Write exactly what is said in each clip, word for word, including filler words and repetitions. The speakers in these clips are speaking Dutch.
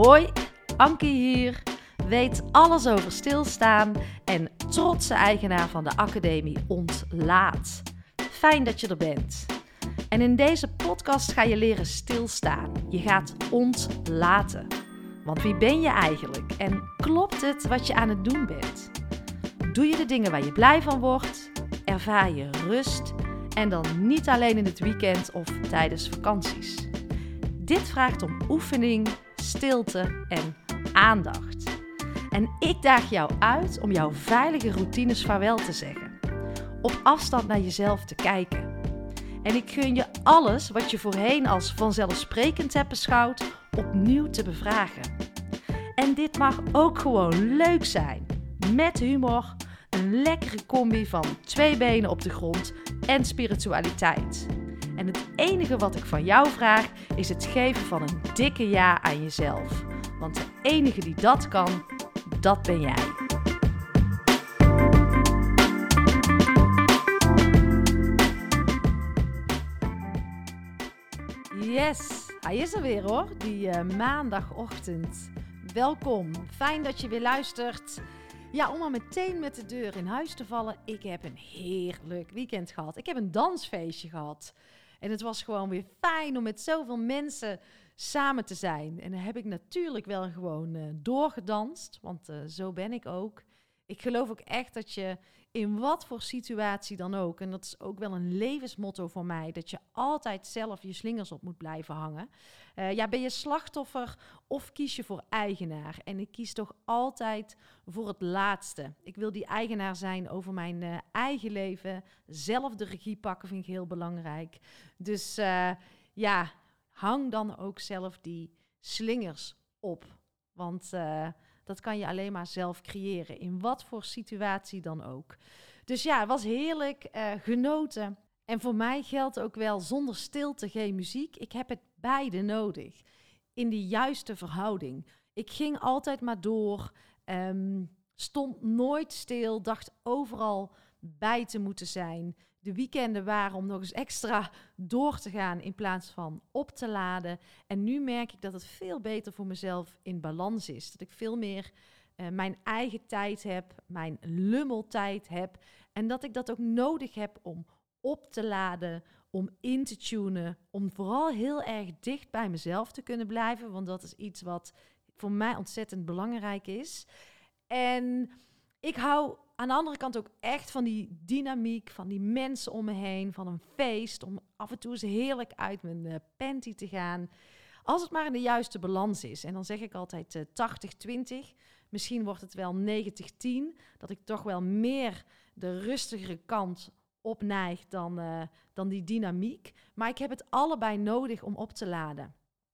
Hoi, Ankie hier, weet alles over stilstaan en trotse eigenaar van de Academie Ontlaat. Fijn dat je er bent. En in deze podcast ga je leren stilstaan. Je gaat ontlaten. Want wie ben je eigenlijk en klopt het wat je aan het doen bent? Doe je de dingen waar je blij van wordt? Ervaar je rust? En dan niet alleen in het weekend of tijdens vakanties. Dit vraagt om oefening, stilte en aandacht. En ik daag jou uit om jouw veilige routines vaarwel te zeggen. Op afstand naar jezelf te kijken. En ik gun je alles wat je voorheen als vanzelfsprekend hebt beschouwd, opnieuw te bevragen. En dit mag ook gewoon leuk zijn. Met humor, een lekkere combi van twee benen op de grond en spiritualiteit. En het enige wat ik van jou vraag is het geven van een dikke ja aan jezelf. Want de enige die dat kan, dat ben jij. Yes, hij is er weer hoor, die uh, maandagochtend. Welkom, fijn dat je weer luistert. Ja, om maar meteen met de deur in huis te vallen. Ik heb een heerlijk weekend gehad. Ik heb een dansfeestje gehad. En het was gewoon weer fijn om met zoveel mensen samen te zijn. En dan heb ik natuurlijk wel gewoon uh, doorgedanst, want uh, zo ben ik ook. Ik geloof ook echt dat je in wat voor situatie dan ook, en dat is ook wel een levensmotto voor mij, dat je altijd zelf je slingers op moet blijven hangen. Uh, ja, ben je slachtoffer of kies je voor eigenaar? En ik kies toch altijd voor het laatste. Ik wil die eigenaar zijn over mijn uh, eigen leven. Zelf de regie pakken vind ik heel belangrijk. Dus uh, ja, hang dan ook zelf die slingers op. Want Uh, Dat kan je alleen maar zelf creëren, in wat voor situatie dan ook. Dus ja, het was heerlijk, uh, genoten. En voor mij geldt ook wel, zonder stilte geen muziek. Ik heb het beide nodig, in de juiste verhouding. Ik ging altijd maar door, um, stond nooit stil, dacht overal bij te moeten zijn. De weekenden waren om nog eens extra door te gaan in plaats van op te laden. En nu merk ik dat het veel beter voor mezelf in balans is. Dat ik veel meer uh, mijn eigen tijd heb, mijn lummeltijd heb. En dat ik dat ook nodig heb om op te laden, om in te tunen. Om vooral heel erg dicht bij mezelf te kunnen blijven. Want dat is iets wat voor mij ontzettend belangrijk is. En ik hou aan de andere kant ook echt van die dynamiek, van die mensen om me heen, van een feest, om af en toe eens heerlijk uit mijn uh, panty te gaan. Als het maar in de juiste balans is. En dan zeg ik altijd uh, tachtig twintig. Misschien wordt het wel negentig tien. Dat ik toch wel meer de rustigere kant opneig dan, uh, dan die dynamiek. Maar ik heb het allebei nodig om op te laden.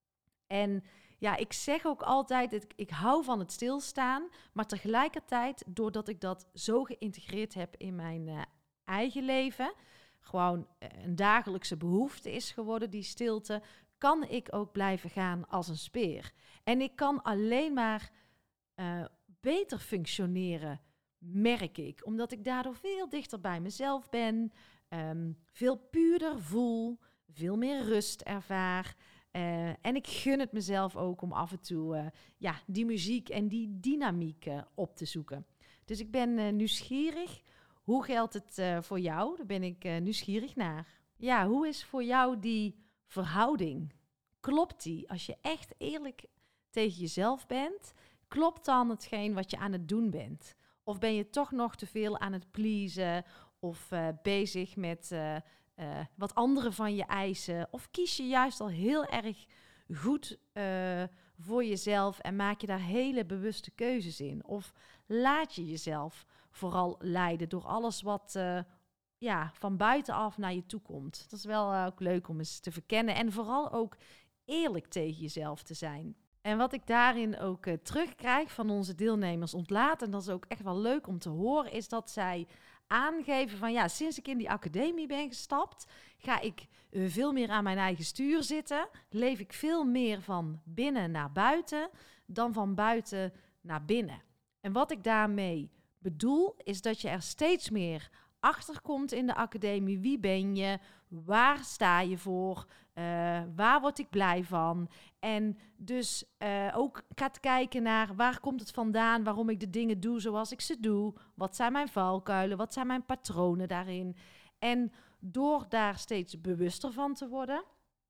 En ja, ik zeg ook altijd, ik, ik hou van het stilstaan, maar tegelijkertijd, doordat ik dat zo geïntegreerd heb in mijn uh, eigen leven, gewoon uh, een dagelijkse behoefte is geworden, die stilte, kan ik ook blijven gaan als een speer. En ik kan alleen maar uh, beter functioneren, merk ik, omdat ik daardoor veel dichter bij mezelf ben, um, veel puurder voel, veel meer rust ervaar. Uh, en ik gun het mezelf ook om af en toe uh, ja, die muziek en die dynamiek uh, op te zoeken. Dus ik ben uh, nieuwsgierig. Hoe geldt het uh, voor jou? Daar ben ik uh, nieuwsgierig naar. Ja, hoe is voor jou die verhouding? Klopt die? Als je echt eerlijk tegen jezelf bent, klopt dan hetgeen wat je aan het doen bent? Of ben je toch nog te veel aan het pleasen of uh, bezig met Uh, Uh, wat anderen van je eisen? Of kies je juist al heel erg goed uh, voor jezelf en maak je daar hele bewuste keuzes in? Of laat je jezelf vooral leiden door alles wat uh, ja, van buitenaf naar je toe komt? Dat is wel uh, ook leuk om eens te verkennen en vooral ook eerlijk tegen jezelf te zijn. En wat ik daarin ook uh, terugkrijg van onze deelnemers ontlaat, en dat is ook echt wel leuk om te horen, is dat zij aangeven van ja, sinds ik in die academie ben gestapt, ga ik uh, veel meer aan mijn eigen stuur zitten. Leef ik veel meer van binnen naar buiten dan van buiten naar binnen. En wat ik daarmee bedoel, is dat je er steeds meer achterkomt in de academie. Wie ben je? Waar sta je voor? Uh, waar word ik blij van? En dus uh, ook gaat kijken naar waar komt het vandaan? Waarom ik de dingen doe zoals ik ze doe? Wat zijn mijn valkuilen? Wat zijn mijn patronen daarin? En door daar steeds bewuster van te worden,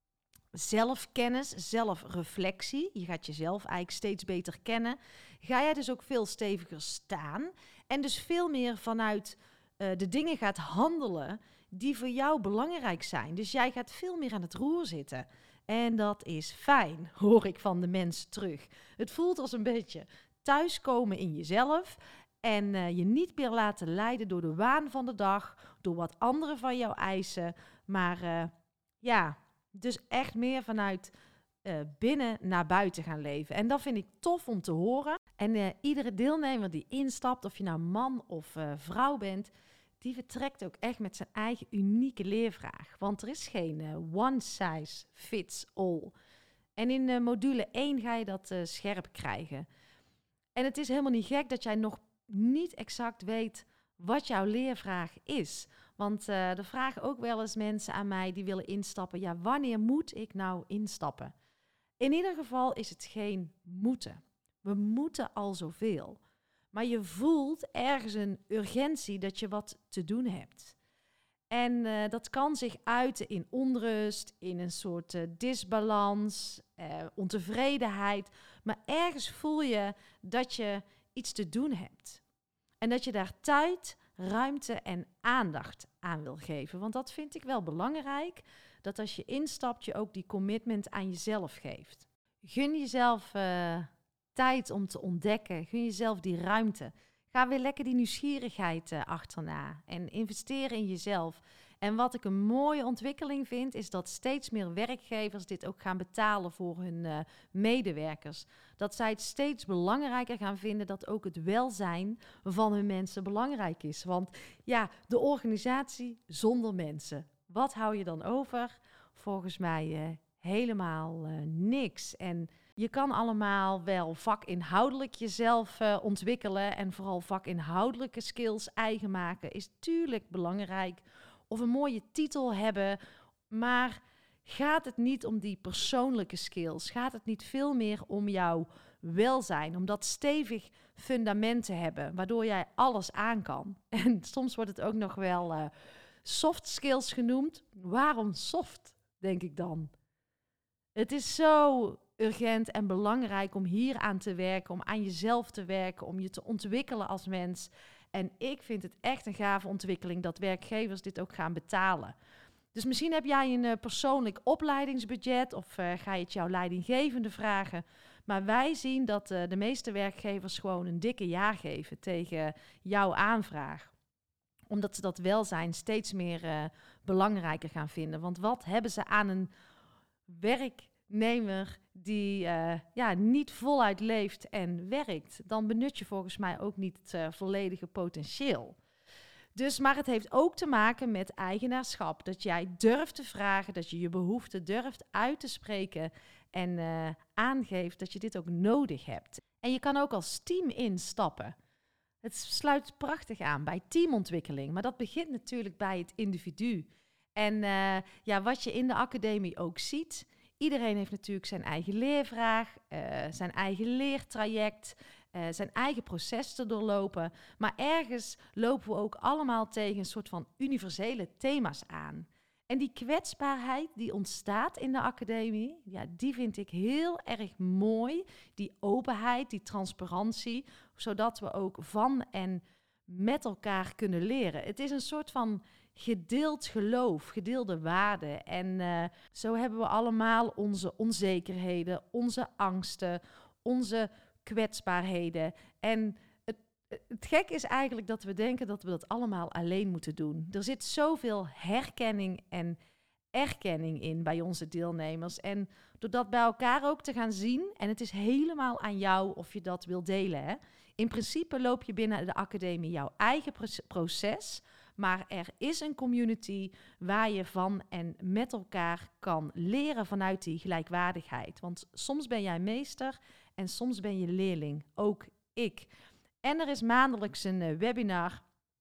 zelfkennis, zelfreflectie, je gaat jezelf eigenlijk steeds beter kennen, ga jij dus ook veel steviger staan en dus veel meer vanuit uh, de dingen gaat handelen die voor jou belangrijk zijn. Dus jij gaat veel meer aan het roer zitten. En dat is fijn, hoor ik van de mensen terug. Het voelt als een beetje thuiskomen in jezelf en uh, je niet meer laten leiden door de waan van de dag, door wat anderen van jou eisen, maar uh, ja, dus echt meer vanuit uh, binnen naar buiten gaan leven. En dat vind ik tof om te horen. En uh, iedere deelnemer die instapt, of je nou man of uh, vrouw bent, die vertrekt ook echt met zijn eigen unieke leervraag. Want er is geen uh, one size fits all. En in uh, module één ga je dat uh, scherp krijgen. En het is helemaal niet gek dat jij nog niet exact weet wat jouw leervraag is. Want uh, er vragen ook wel eens mensen aan mij die willen instappen. Ja, wanneer moet ik nou instappen? In ieder geval is het geen moeten. We moeten al zoveel. Maar je voelt ergens een urgentie dat je wat te doen hebt. En uh, dat kan zich uiten in onrust, in een soort uh, disbalans, uh, ontevredenheid. Maar ergens voel je dat je iets te doen hebt. En dat je daar tijd, ruimte en aandacht aan wil geven. Want dat vind ik wel belangrijk, dat als je instapt, je ook die commitment aan jezelf geeft. Gun jezelf uh, tijd om te ontdekken. Gun jezelf die ruimte. Ga weer lekker die nieuwsgierigheid uh, achterna en investeer in jezelf. En wat ik een mooie ontwikkeling vind, is dat steeds meer werkgevers dit ook gaan betalen voor hun uh, medewerkers. Dat zij het steeds belangrijker gaan vinden dat ook het welzijn van hun mensen belangrijk is. Want ja, de organisatie zonder mensen, wat hou je dan over? Volgens mij uh, helemaal uh, niks. En je kan allemaal wel vakinhoudelijk jezelf uh, ontwikkelen en vooral vakinhoudelijke skills eigen maken is tuurlijk belangrijk. Of een mooie titel hebben, maar gaat het niet om die persoonlijke skills? Gaat het niet veel meer om jouw welzijn? Om dat stevig fundament te hebben, waardoor jij alles aan kan. En soms wordt het ook nog wel uh, soft skills genoemd. Waarom soft, denk ik dan? Het is zo urgent en belangrijk om hier aan te werken, om aan jezelf te werken, om je te ontwikkelen als mens. En ik vind het echt een gave ontwikkeling dat werkgevers dit ook gaan betalen. Dus misschien heb jij een uh, persoonlijk opleidingsbudget of uh, ga je het jouw leidinggevende vragen. Maar wij zien dat uh, de meeste werkgevers gewoon een dikke ja geven tegen jouw aanvraag. Omdat ze dat welzijn steeds meer uh, belangrijker gaan vinden. Want wat hebben ze aan een werknemer die uh, ja, niet voluit leeft en werkt? Dan benut je volgens mij ook niet het uh, volledige potentieel. Dus, maar het heeft ook te maken met eigenaarschap. Dat jij durft te vragen, dat je je behoeften durft uit te spreken en uh, aangeeft dat je dit ook nodig hebt. En je kan ook als team instappen. Het sluit prachtig aan bij teamontwikkeling, maar dat begint natuurlijk bij het individu. En uh, ja, wat je in de academie ook ziet, iedereen heeft natuurlijk zijn eigen leervraag, uh, zijn eigen leertraject, uh, zijn eigen proces te doorlopen. Maar ergens lopen we ook allemaal tegen een soort van universele thema's aan. En die kwetsbaarheid die ontstaat in de academie, ja, die vind ik heel erg mooi. Die openheid, die transparantie, zodat we ook van en met elkaar kunnen leren. Het is een soort van gedeeld geloof, gedeelde waarden. En uh, zo hebben we allemaal onze onzekerheden, onze angsten, onze kwetsbaarheden. En het, het gek is eigenlijk dat we denken dat we dat allemaal alleen moeten doen. Er zit zoveel herkenning en erkenning in bij onze deelnemers. En door dat bij elkaar ook te gaan zien, en het is helemaal aan jou of je dat wil delen, hè. In principe loop je binnen de academie jouw eigen proces, maar er is een community waar je van en met elkaar kan leren vanuit die gelijkwaardigheid. Want soms ben jij meester en soms ben je leerling, ook ik. En er is maandelijks een uh, webinar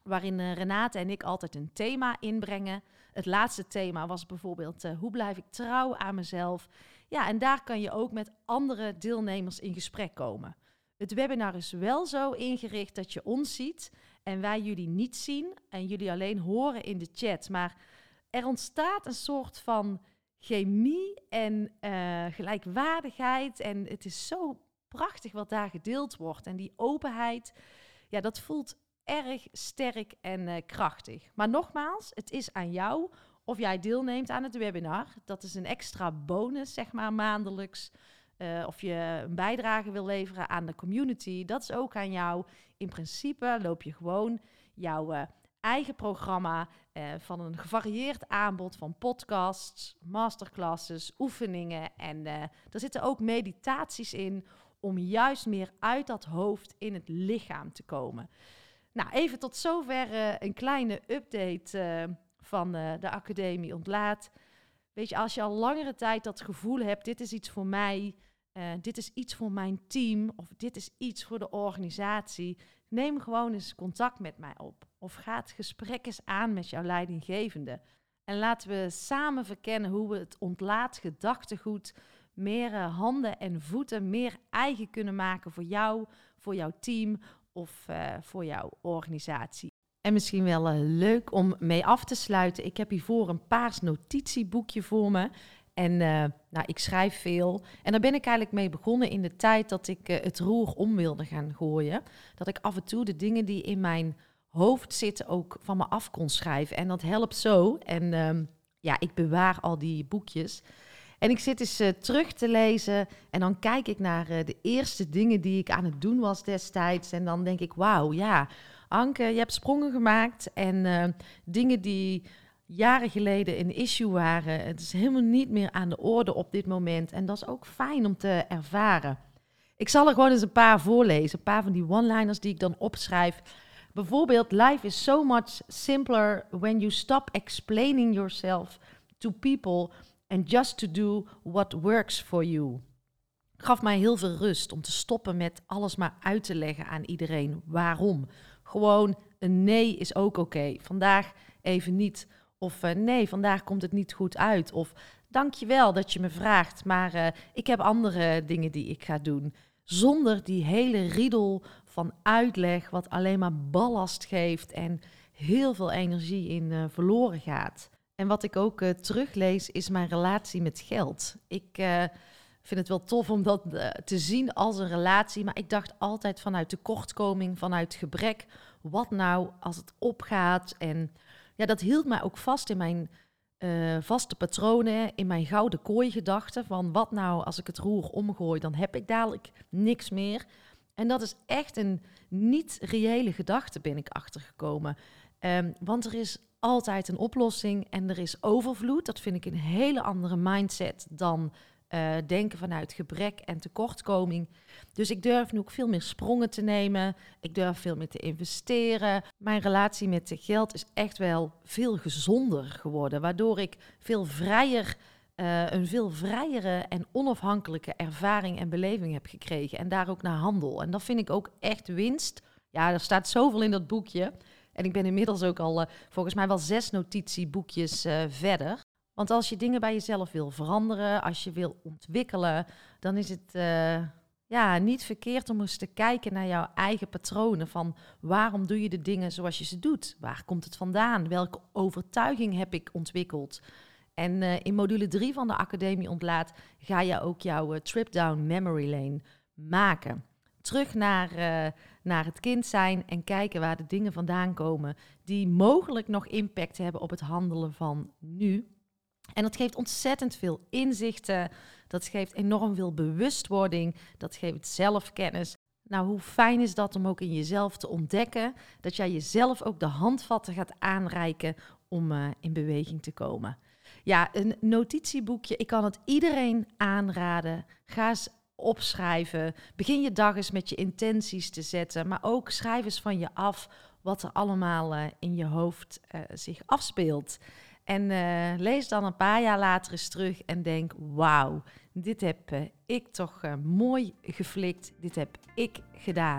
waarin uh, Renate en ik altijd een thema inbrengen. Het laatste thema was bijvoorbeeld, uh, hoe blijf ik trouw aan mezelf? Ja, en daar kan je ook met andere deelnemers in gesprek komen. Het webinar is wel zo ingericht dat je ons ziet en wij jullie niet zien en jullie alleen horen in de chat. Maar er ontstaat een soort van chemie en uh, gelijkwaardigheid en het is zo prachtig wat daar gedeeld wordt. En die openheid, ja, dat voelt erg sterk en uh, krachtig. Maar nogmaals, het is aan jou of jij deelneemt aan het webinar. Dat is een extra bonus, zeg maar, maandelijks. Uh, of je een bijdrage wil leveren aan de community, dat is ook aan jou. In principe loop je gewoon jouw uh, eigen programma uh, van een gevarieerd aanbod van podcasts, masterclasses, oefeningen. En uh, er zitten ook meditaties in om juist meer uit dat hoofd in het lichaam te komen. Nou, even tot zover uh, een kleine update uh, van uh, de Academie Ontlaat. Weet je, als je al langere tijd dat gevoel hebt, dit is iets voor mij, uh, dit is iets voor mijn team of dit is iets voor de organisatie, neem gewoon eens contact met mij op. Of ga het gesprek eens aan met jouw leidinggevende. En laten we samen verkennen hoe we het ontlaat gedachtegoed meer uh, handen en voeten, meer eigen kunnen maken voor jou, voor jouw team of uh, voor jouw organisatie. En misschien wel uh, leuk om mee af te sluiten. Ik heb hiervoor een paars notitieboekje voor me. En uh, nou, ik schrijf veel. En daar ben ik eigenlijk mee begonnen in de tijd dat ik uh, het roer om wilde gaan gooien. Dat ik af en toe de dingen die in mijn hoofd zitten ook van me af kon schrijven. En dat helpt zo. En uh, ja, ik bewaar al die boekjes. En ik zit eens uh, terug te lezen en dan kijk ik naar uh, de eerste dingen die ik aan het doen was destijds. En dan denk ik, wauw, ja, Anke, je hebt sprongen gemaakt en uh, dingen die jaren geleden een issue waren. Het is helemaal niet meer aan de orde op dit moment en dat is ook fijn om te ervaren. Ik zal er gewoon eens een paar voorlezen, een paar van die one-liners die ik dan opschrijf. Bijvoorbeeld, life is so much simpler when you stop explaining yourself to people and just to do what works for you. Gaf mij heel veel rust om te stoppen met alles maar uit te leggen aan iedereen. Waarom? Gewoon een nee is ook oké. Okay. Vandaag even niet. Of uh, nee, vandaag komt het niet goed uit. Of dankjewel dat je me vraagt, maar uh, ik heb andere dingen die ik ga doen. Zonder die hele riedel van uitleg wat alleen maar ballast geeft en heel veel energie in uh, verloren gaat. En wat ik ook uh, teruglees is mijn relatie met geld. Ik uh, vind het wel tof om dat uh, te zien als een relatie, maar ik dacht altijd vanuit tekortkoming, vanuit gebrek. Wat nou als het opgaat? En ja, dat hield mij ook vast in mijn uh, vaste patronen, in mijn gouden kooi gedachten van wat nou als ik het roer omgooi, dan heb ik dadelijk niks meer. En dat is echt een niet reële gedachte, ben ik achtergekomen. Um, want er is altijd een oplossing en er is overvloed. Dat vind ik een hele andere mindset dan uh, denken vanuit gebrek en tekortkoming. Dus ik durf nu ook veel meer sprongen te nemen. Ik durf veel meer te investeren. Mijn relatie met het geld is echt wel veel gezonder geworden, waardoor ik veel vrijer, uh, een veel vrijere en onafhankelijke ervaring en beleving heb gekregen. En daar ook naar handel. En dat vind ik ook echt winst. Ja, er staat zoveel in dat boekje. En ik ben inmiddels ook al uh, volgens mij wel zes notitieboekjes uh, verder. Want als je dingen bij jezelf wil veranderen, als je wil ontwikkelen, dan is het uh, ja, niet verkeerd om eens te kijken naar jouw eigen patronen. Van waarom doe je de dingen zoals je ze doet? Waar komt het vandaan? Welke overtuiging heb ik ontwikkeld? En uh, in module drie van de Academie Ontlaat ga je ook jouw uh, trip down memory lane maken. Terug naar, uh, naar het kind zijn en kijken waar de dingen vandaan komen die mogelijk nog impact hebben op het handelen van nu. En dat geeft ontzettend veel inzichten, dat geeft enorm veel bewustwording, dat geeft zelfkennis. Nou, hoe fijn is dat om ook in jezelf te ontdekken, dat jij jezelf ook de handvatten gaat aanreiken om uh, in beweging te komen. Ja, een notitieboekje, ik kan het iedereen aanraden. Ga eens opschrijven. Begin je dag eens met je intenties te zetten, maar ook schrijf eens van je af wat er allemaal uh, in je hoofd uh, zich afspeelt. En uh, lees dan een paar jaar later eens terug en denk, wauw, dit heb uh, ik toch uh, mooi geflikt, dit heb ik gedaan.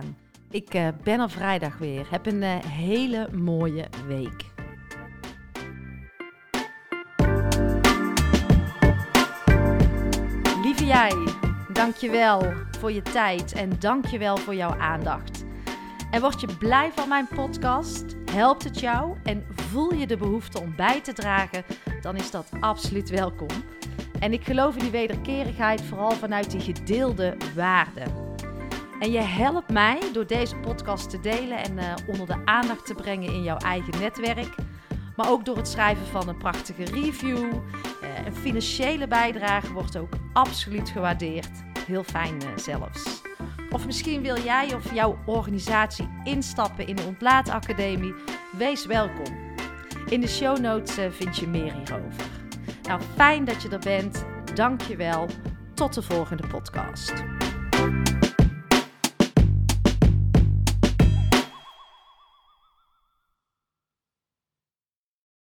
Ik uh, ben er vrijdag weer. Heb een uh, hele mooie week. Lieve jij, dankjewel voor je tijd en dankjewel voor jouw aandacht. En word je blij van mijn podcast? Helpt het jou en voel je de behoefte om bij te dragen? Dan is dat absoluut welkom. En ik geloof in die wederkerigheid vooral vanuit die gedeelde waarden. En je helpt mij door deze podcast te delen en uh, onder de aandacht te brengen in jouw eigen netwerk. Maar ook door het schrijven van een prachtige review. Uh, een financiële bijdrage wordt ook absoluut gewaardeerd. Heel fijn uh, zelfs. Of misschien wil jij of jouw organisatie instappen in de Ontlaatacademie. Wees welkom. In de show notes uh, vind je meer hierover. Nou, fijn dat je er bent. Dank je wel. Tot de volgende podcast.